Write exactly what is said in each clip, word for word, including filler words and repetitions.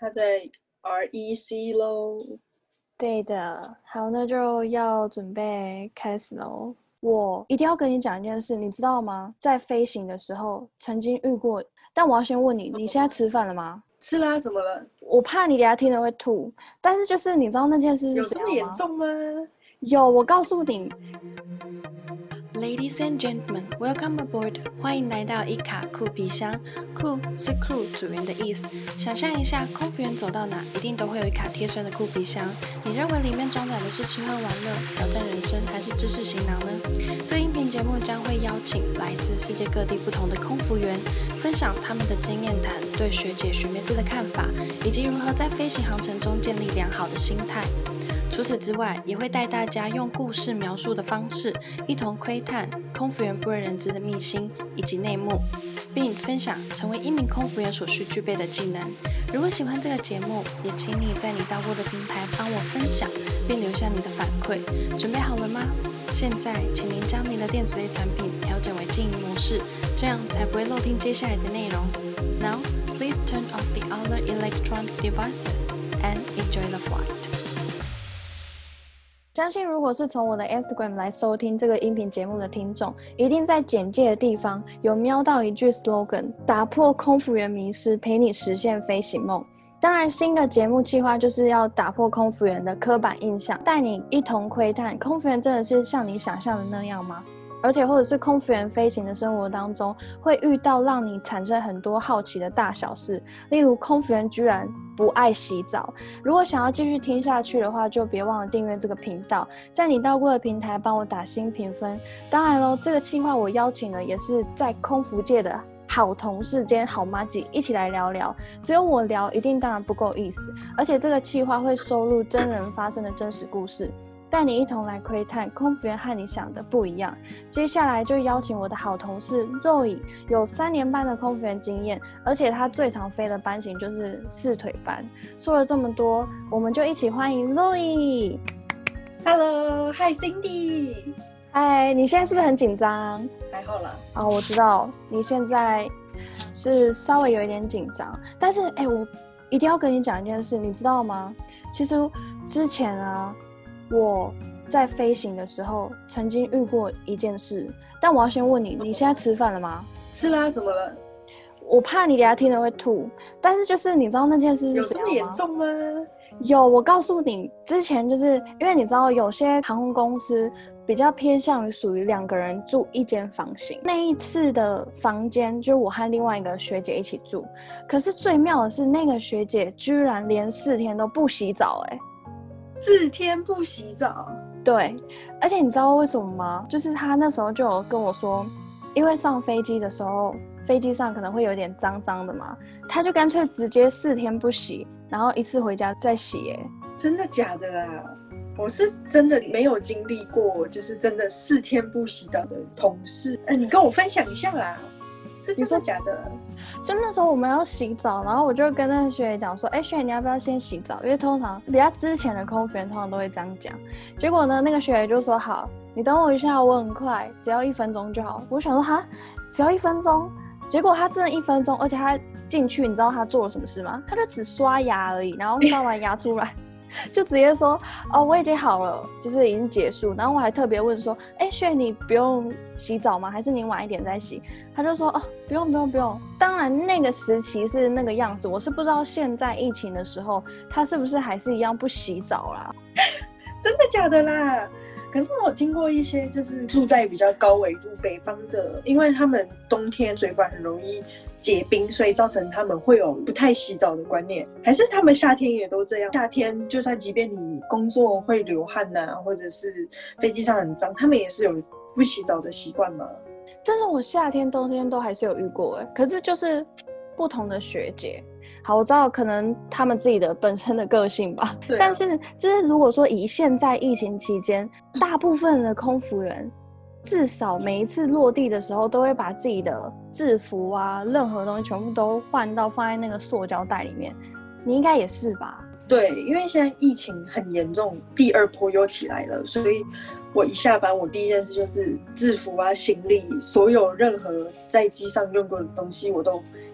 他在 R E C 咯。 对的，好，那就要准备开始咯。我一定要跟你讲一件事，你知道吗？在飞行的时候曾经遇过，但我要先问你，你现在吃饭了吗？ 吃啦，怎么了？ 我怕你等下听了会吐，但是就是你知道那件事是怎样吗？ 有这么严重吗？ 有，我告诉你。 Ladies and gentlemen, welcome aboard. 欢迎来到伊卡酷皮箱。酷是 crew 组员的意思。想象一下，空服员走到哪，一定都会有一卡贴身的酷皮箱。你认为里面装载的是吃喝玩乐、挑战人生，还是知识行囊呢？这个音频节目将会邀请来自世界各地不同的空服员，分享他们的经验谈、对学姐学妹制的看法，以及如何在飞行航程中建立良好的心态。除此之外，也会带大家用故事描述的方式，一同窥探空服员不为人知的秘辛以及内幕，并分享成为一名空服员所需具备的技能。如果喜欢这个节目，也请你在你到过的平台帮我分享，并留下你的反馈。准备好了吗？现在，请您将您的电子类产品调整为静音模式，这样才不会漏听接下来的内容。Now, please turn off the other electronic devices and enjoy the flight. 相信如果是从我的 Instagram 来收听这个音频节目的听众，一定在简介的地方有瞄到一句 slogan： 打破空服员迷思，陪你实现飞行梦。当然，新的节目计划就是要打破空服员的刻板印象，带你一同窥探空服员真的是像你想象的那样吗？而且或者是空服员飞行的生活当中会遇到让你产生很多好奇的大小事，例如空服员居然不爱洗澡。如果想要继续听下去的话，就别忘了订阅这个频道，在你到过的平台帮我打新评分。当然咯，这个企划我邀请了也是在空服界的好同事兼好麻吉一起来聊聊，只有我聊一定当然不够意思，而且这个企划会收录真人发生的真实故事，带你一同来窥探空服员和你想的不一样。接下来就邀请我的好同事 Zoe， 有三年半的空服员经验，而且他最常飞的班型就是四腿班。说了这么多，我们就一起欢迎 Zoe。Hello， Hi Cindy。 嗨，你现在是不是很紧张？ 还好啦。 哦，我知道你现在是稍微有一点紧张，但是哎，我一定要跟你讲一件事，你知道吗？其实之前啊，我在飞行的时候曾经遇过一件事，但我要先问你，你现在吃饭了吗？ 吃啦，怎么了？ 我怕你等下听了会吐，但是就是你知道那件事是怎样吗？ 有这么严重吗？ 有，我告诉你，之前就是因为你知道有些航空公司比较偏向于属于两个人住一间房型，那一次的房间就我和另外一个学姐一起住，可是最妙的是那个学姐居然连四天都不洗澡。哎、欸， 四天不洗澡？ 对，而且你知道为什么吗？就是她那时候就有跟我说，因为上飞机的时候飞机上可能会有点脏脏的嘛，她就干脆直接四天不洗，然后一次回家再洗。哎， 真的假的啊？我是真的没有经历过，就是真的四天不洗澡的同事。哎，你跟我分享一下啦，是真的假的？ 就那时候我们要洗澡，然后我就跟那个学姐讲说，哎、欸，学姐你要不要先洗澡？因为通常比较之前的空服员通常都会这样讲。结果呢，那个学姐就说好，你等我一下，我很快，只要一分钟就好。我想说哈，只要一分钟？结果他真的一分钟，而且他进去，你知道他做了什么事吗？他就只刷牙而已，然后刷完牙出来。就直接说哦，我已经好了，就是已经结束。然后我还特别问说，哎，学姐你不用洗澡吗？还是你晚一点再洗？他就说哦，不用不用不用。当然那个时期是那个样子，我是不知道现在疫情的时候，他是不是还是一样不洗澡啦？ 真的假的啦？可是我听过一些就是住在比较高纬度北方的，因为他们冬天水管很容易结冰，所以造成他们会有不太洗澡的观念。还是他们夏天也都这样？夏天就算即便你工作会流汗啊，或者是飞机上很脏，他们也是有不洗澡的习惯吗？ 但是我夏天冬天都还是有遇过哎，可是就是不同的学姐。好，我知道可能他们自己的本身的个性吧， 对啊， 但是就是如果说以现在疫情期间，大部分的空服员至少每一次落地的时候都会把自己的制服啊，任何东西全部都换到放在那个塑胶袋里面。你应该也是吧？ 对，因为现在疫情很严重，第二波又起来了，所以我一下班，我第一件事就是制服啊、行李，所有任何在机上用过的东西，我都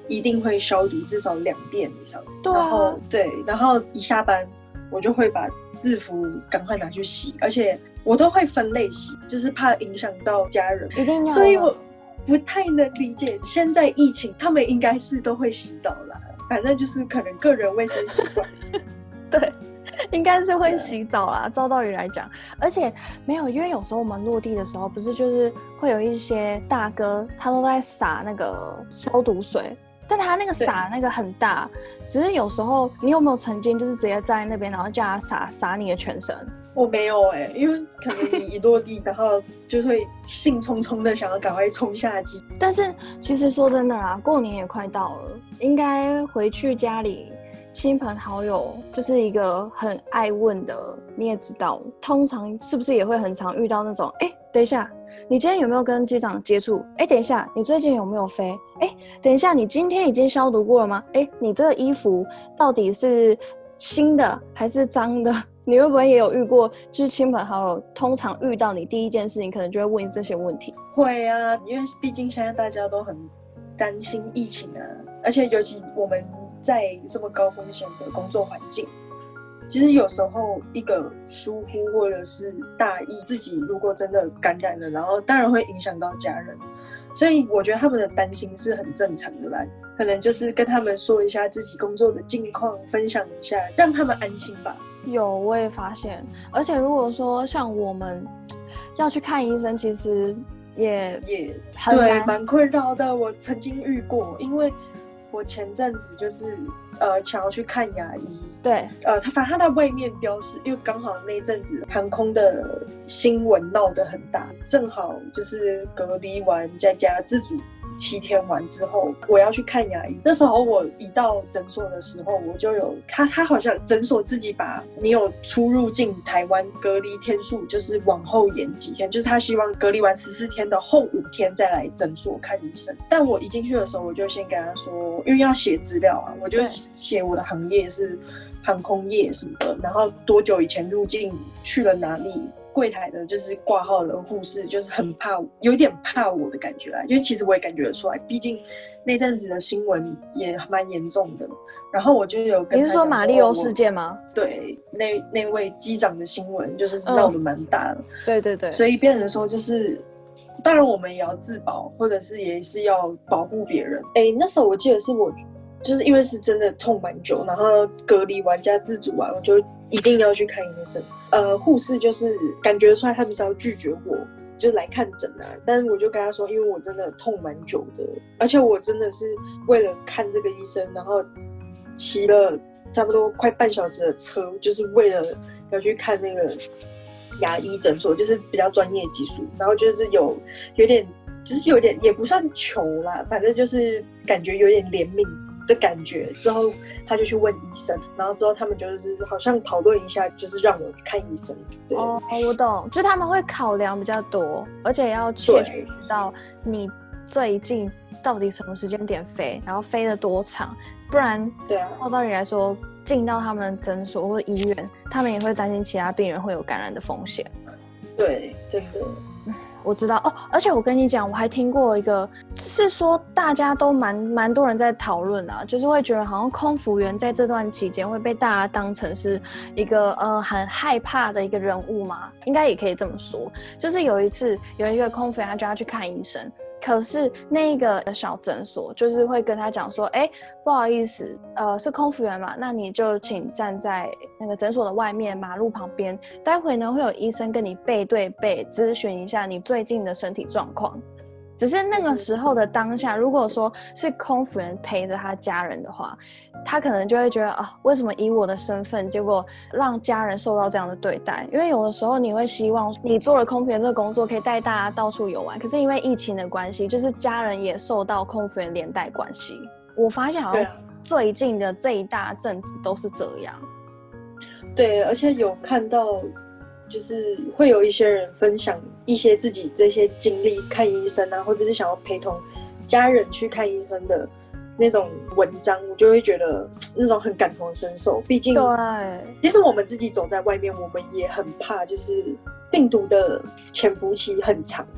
一定会消毒至少两遍以上。 对啊， 然后对，然后一下班我就会把制服赶快拿去洗，而且我都会分类洗，就是怕影响到家人， 一定要。 所以我不太能理解现在疫情他们应该是都会洗澡啦，反正就是可能个人卫生习惯对，应该是会洗澡啦，照道理来讲。而且没有，因为有时候我们落地的时候，不是就是会有一些大哥，他都在洒那个消毒水，但他那个洒那个很大，只是有时候你有没有曾经就是直接在那边，然后叫他洒洒你的全身？ 我没有哎、欸，因为可能你一落地，然后就会兴冲冲的想要赶快冲下机。 但是其实说真的啦，过年也快到了，应该回去家里亲朋好友就是一个很爱问的，你也知道，通常是不是也会很常遇到那种，哎，等一下，你今天有没有跟机长接触？哎，等一下，你最近有没有飞？哎，等一下，你今天已经消毒过了吗？哎，你这个衣服到底是新的还是脏的？你会不会也有遇过，就是亲朋好友通常遇到你第一件事情，可能就会问你这些问题？ 会啊，因为毕竟现在大家都很担心疫情啊，而且尤其我们在这么高风险的工作环境，其实有时候一个疏忽或者是大意，自己如果真的感染了，然后当然会影响到家人，所以我觉得他们的担心是很正常的啦。可能就是跟他们说一下自己工作的近况，分享一下，让他们安心吧。 有，我也发现，而且如果说像我们要去看医生，其实也也很对，蛮困扰的。我曾经遇过，因为我前阵子就是呃想要去看牙医， 对， 呃，他反正他在外面标示，因为刚好那一阵子航空的新闻闹得很大，正好就是隔离完在家自主七天完之后，我要去看牙医。那时候我一到诊所的时候，我就有他，他好像诊所自己把你有出入境台湾隔离天数，就是往后延几天，就是他希望隔离完十四天的后五天再来诊所看医生。但我一进去的时候，我就先跟他说，因为要写资料啊，我就写我的行业是航空业什么的，然后多久以前入境，去了哪里。柜台的就是挂号的护士就是很怕，有点怕我的感觉啦，因为其实我也感觉得出来，毕竟那阵子的新闻也蛮严重的。然后我就有跟他讲， 你是说马里欧事件吗？ 对，那那位机长的新闻就是闹得蛮大的、嗯。 对对对， 所以变成说就是，当然我们也要自保，或者是也是要保护别人。哎，那时候我记得是我。就是因为是真的痛蛮久，然后隔离完加自主完，我就一定要去看医生。呃，护士就是感觉出来他们是要拒绝我，就来看诊啊。但是我就跟他说，因为我真的痛蛮久的，而且我真的是为了看这个医生，然后骑了差不多快半小时的车，就是为了要去看那个牙医诊所，就是比较专业技术。然后就是有有点，就是有点也不算求啦，反正就是感觉有点怜悯的感觉。之后他就去问医生，然后之后他们就是好像讨论一下，就是让我去看医生。对哦，我懂，就他们会考量比较多，而且要确切知道你最近到底什么时间点飞，然后飞了多长，不然对啊， 照道理来说，进到他们诊所或医院，他们也会担心其他病人会有感染的风险。 对，真的。 我知道哦，而且我跟你讲，我还听过一个，是说大家都蛮蛮多人在讨论啊，就是会觉得好像空服员在这段期间会被大家当成是一个呃很害怕的一个人物嘛，应该也可以这么说。就是有一次有一个空服员，他就要去看医生。可是那个小诊所就是会跟他讲说，哎，不好意思，呃，是空服员嘛，那你就请站在那个诊所的外面马路旁边，待会呢会有医生跟你背对背咨询一下你最近的身体状况。只是那个时候的当下，如果说是空服员陪着他家人的话，他可能就会觉得啊，为什么以我的身份，结果让家人受到这样的对待？因为有的时候你会希望你做了空服员这个工作，可以带大家到处游玩，可是因为疫情的关系，就是家人也受到空服员连带关系。我发现好像最近的这一大阵子都是这样。 对，而且有看到。就是会有一些人分享一些自己这些经历看医生啊，或者是想要陪同家人去看医生的那种文章，我就会觉得那种很感同身受。毕竟， 对， 其实我们自己走在外面，我们也很怕，就是病毒的潜伏期很长。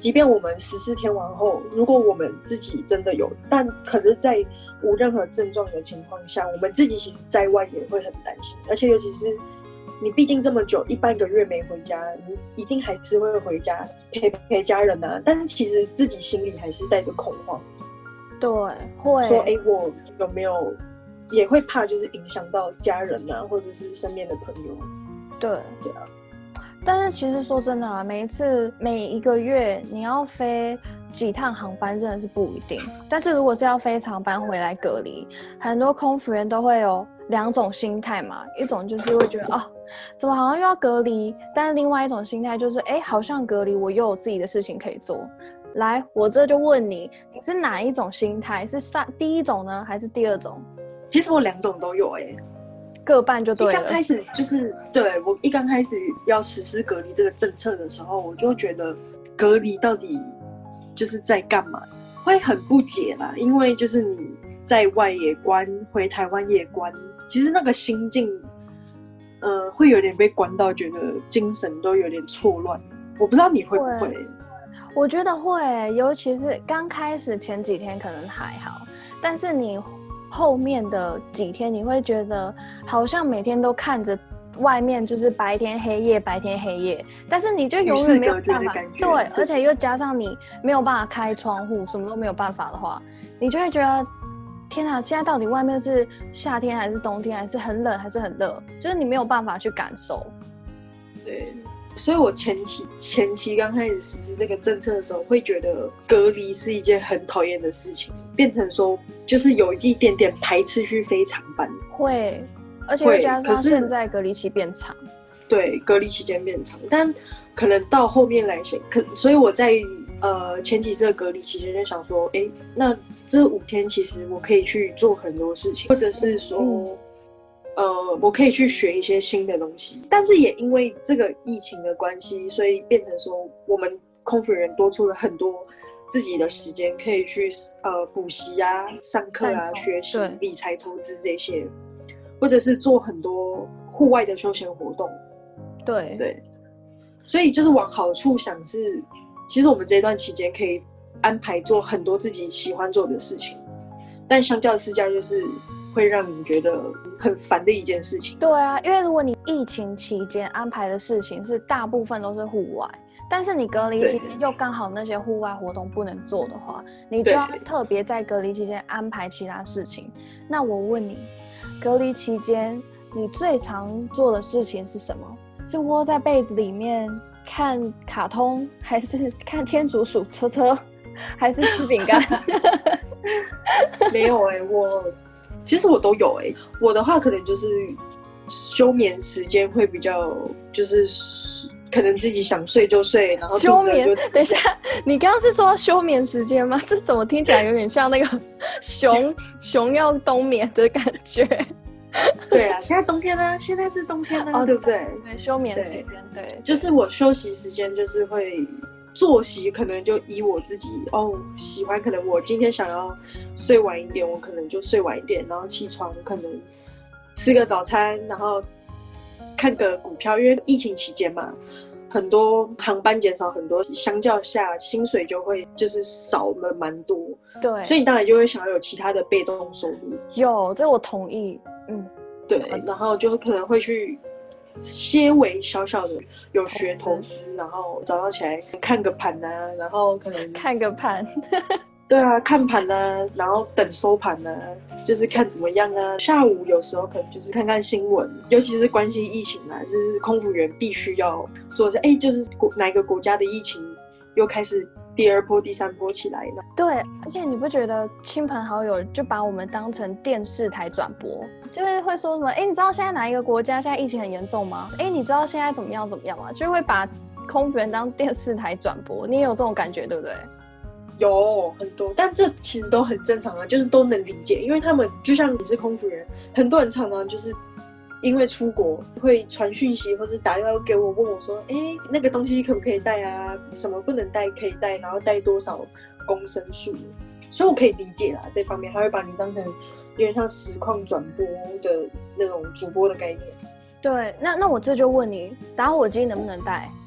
即便我们十四天完后，如果我们自己真的有，但可是在无任何症状的情况下，我们自己其实在外也会很担心，而且尤其是你毕竟这么久一半个月没回家，你一定还是会回家陪陪家人啊，但其实自己心里还是带着恐慌。 对，会说哎，我有没有也会怕，就是影响到家人啊，或者是身边的朋友。 对对啊。 但是其实说真的啊，每一次每一个月你要飞几趟航班真的是不一定。但是如果是要飞长班回来隔离，很多空服员都会有两种心态嘛，一种就是会觉得哦，怎么好像又要隔离，但是另外一种心态就是哎，好像隔离我又有自己的事情可以做。来，我这就问你，你是哪一种心态？是上第一种呢，还是第二种？ 其实我两种都有哎、欸。 各半就对了。 一刚开始就是对我一刚开始要实施隔离这个政策的时候，我就觉得隔离到底就是在干嘛，会很不解啦。因为就是你在外也关，回台湾也关，其实那个心境，呃，会有点被关到，觉得精神都有点错乱。我不知道你会不会？ 我觉得会，尤其是刚开始前几天可能还好，但是你后面的几天你会觉得好像每天都看着外面就是白天黑夜白天黑夜，但是你就永远没有办法，对，而且又加上你没有办法开窗户，什么都没有办法的话，你就会觉得天啊，现在到底外面是夏天还是冬天，还是很冷还是很热，就是你没有办法去感受。 对，所以我前期前期刚开始实施这个政策的时候，会觉得隔离是一件很讨厌的事情，变成说就是有一点点排斥去飞长班。 会，而且又加上现在隔离期变长。 对，隔离期间变长，但可能到后面来说，可所以我在呃前几次的隔离期间就想说，哎，那这五天其实我可以去做很多事情，或者是说。嗯呃，我可以去学一些新的东西，但是也因为这个疫情的关系，所以变成说我们空服员多出了很多自己的时间，可以去呃补习啊、上课啊、学习、理财、投资这些，或者是做很多户外的休闲活动。 对对，所以就是往好处想是，其实我们这段期间可以安排做很多自己喜欢做的事情，但相较之下就是会让你觉得很烦的一件事情。 对啊，因为如果你疫情期间安排的事情是大部分都是户外，但是你隔离期间又刚好那些户外活动不能做的话，你就要特别在隔离期间安排其他事情。那我问你，隔离期间你最常做的事情是什么？是窝在被子里面看卡通，还是看天竺鼠车车，还是吃饼干？ 没有哎、欸，我其实我都有哎、欸。我的话可能就是休眠时间会比较，就是可能自己想睡就睡，然后休眠。等一下，你刚刚是说休眠时间吗？这怎么听起来有点像那个熊熊要冬眠的感觉？ 对啊，现在冬天啊，现在是冬天啊，哦、对不对？ 对，休眠时间，对，对就是我休息时间就是会。作息可能就依我自己哦，喜欢可能我今天想要睡晚一点，我可能就睡晚一点，然后起床可能吃个早餐，然后看个股票，因为疫情期间嘛，很多航班减少很多，相较下薪水就会就是少了蛮多， 对， 所以你当然就会想要有其他的被动收入。 有，这我同意，嗯， 对，然后就可能会去。些微小小的有学投资，然后早上起来看个盘啊，然后可能看个盘， 对啊，看盘啊，然后等收盘啊，就是看怎么样啊。下午有时候可能就是看看新闻，尤其是关系疫情啊，就是空服员必须要做的。哎，就是哪个国家的疫情又开始第二波、第三波起来呢？ 对，而且你不觉得亲朋好友就把我们当成电视台转播，就是会说什么？哎，你知道现在哪一个国家现在疫情很严重吗？哎，你知道现在怎么样怎么样吗？就会把空服员当电视台转播，你也有这种感觉对不对？ 有很多，但这其实都很正常啊，就是都能理解，因为他们就像你是空服员，很多人常常就是因为出国会传讯息或者打电话给我问我说，哎，那个东西可不可以带啊？什么不能带可以带，然后带多少公升数？所以我可以理解啦，这方面他会把你当成有点像实况转播的那种主播的概念。 对，那那我这就问你，打火机能不能带？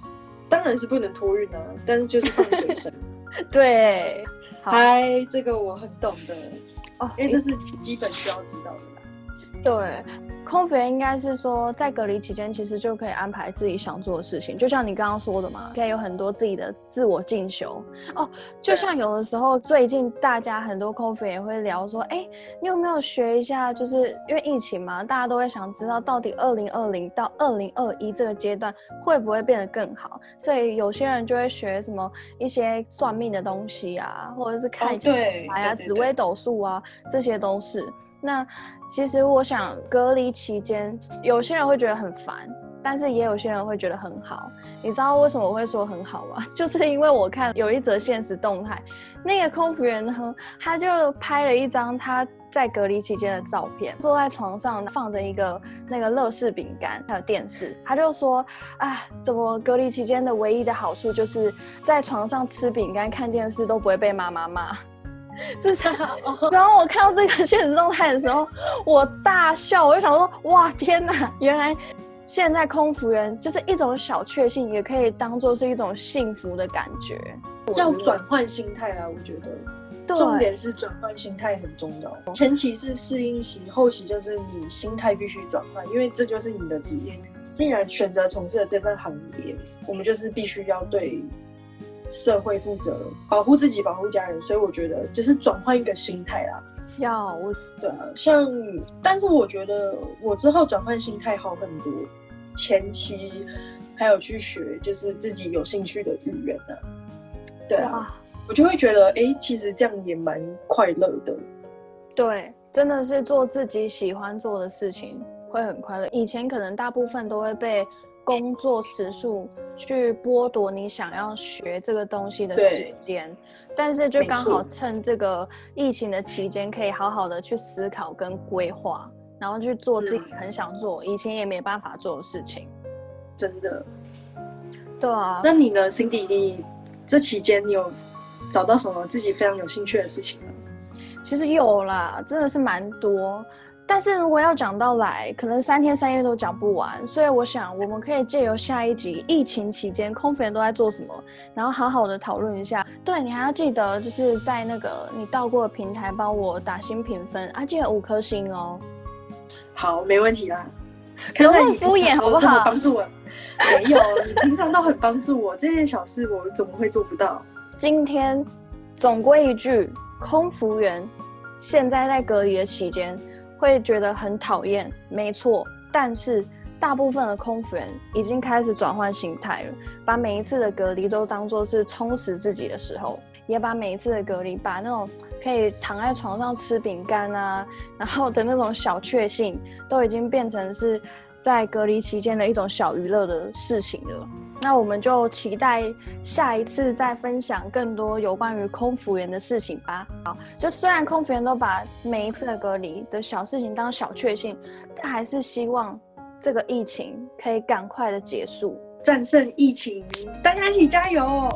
当然是不能托运啊，但是就是放水声。 对， 嗨，这个我很懂的哦， 因为这是基本需要知道的啦。 对，空服员应该是说在隔离期间其实就可以安排自己想做的事情，就像你刚刚说的嘛，可以有很多自己的自我进修哦。就像有的时候最近大家很多空服员也会聊说，哎，你有没有学一下，就是因为疫情嘛，大家都会想知道到底二零二零到二零二一这个阶段会不会变得更好，所以有些人就会学什么一些算命的东西啊，或者是看对牌啊、紫微斗数啊，这些都是。那其实我想隔离期间有些人会觉得很烦，但是也有些人会觉得很好。你知道为什么我会说很好吗？就是因为我看有一则限时动态，那个空服员呢，他就拍了一张他在隔离期间的照片，坐在床上放着一个那个乐事饼干还有电视，他就说啊，怎么隔离期间的唯一的好处就是在床上吃饼干看电视都不会被妈妈骂。这是，然后我看到这个现实动态的时候，我大笑，我就想说，哇，天哪！原来现在空服员就是一种小确幸，也可以当做是一种幸福的感觉。 要转换心态啊，我觉得，重点是转换心态很重要。前期是适应期，后期就是你心态必须转换，因为这就是你的职业。既然选择从事了这份行业，我们就是必须要对社会负责，保护自己，保护家人，所以我觉得就是转换一个心态啦。 要我对啊，像，但是我觉得我之后转换心态好很多。前期还有去学，就是自己有兴趣的语言啊。对啊，我就会觉得，哎、欸，其实这样也蛮快乐的。 对，真的是做自己喜欢做的事情会很快乐。以前可能大部分都会被工作时数去剥夺你想要学这个东西的时间，但是就刚好趁这个疫情的期间，可以好好的去思考跟规划，然后去做自己很想做、嗯、以前也没办法做的事情。 真的。 对啊。 那你呢 Cindy， 你这期间你有找到什么自己非常有兴趣的事情吗？ 其实有啦，真的是蛮多，但是如果要讲到来，可能三天三夜都讲不完，所以我想我们可以借由下一集疫情期间空服员都在做什么，然后好好的讨论一下。对，你还要记得就是在那个你到过的平台帮我打新评分啊，记得五颗星哦。 好，没问题啦。 不用很敷衍好不好？ 帮助我。没有，你平常都很帮助我，这件小事我怎么会做不到？今天总归一句，空服员现在在隔离的期间会觉得很讨厌，没错，但是大部分的空服员已经开始转换心态了，把每一次的隔离都当作是充实自己的时候，也把每一次的隔离把那种可以躺在床上吃饼干啊，然后的那种小确幸都已经变成是在隔离期间的一种小娱乐的事情了。那我们就期待下一次再分享更多有关于空服员的事情吧。好，就虽然空服员都把每一次的隔离的小事情当小确幸，但还是希望这个疫情可以赶快的结束，战胜疫情，大家一起加油！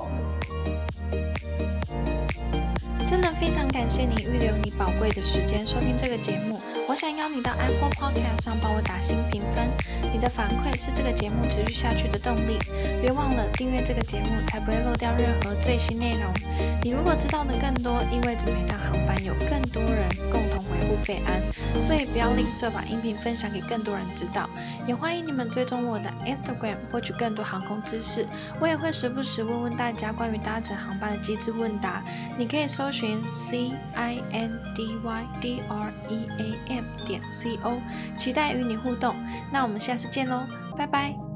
真的非常感谢你预留你宝贵的时间收听这个节目。我想邀你到 Apple Podcast 上帮我打新评分，你的反馈是这个节目持续下去的动力。别忘了订阅这个节目，才不会漏掉任何最新内容。你如果知道的更多，意味着每趟航班有更多人共同维护飞安，所以不要吝啬把音频分享给更多人知道。也欢迎你们追踪我的 Instagram 获取更多航空知识，我也会时不时问问大家关于搭乘航班的机智问答，你可以搜寻 C I N D Y D R E A M 点 C O， 期待与你互动。那我们下次见喽，拜拜。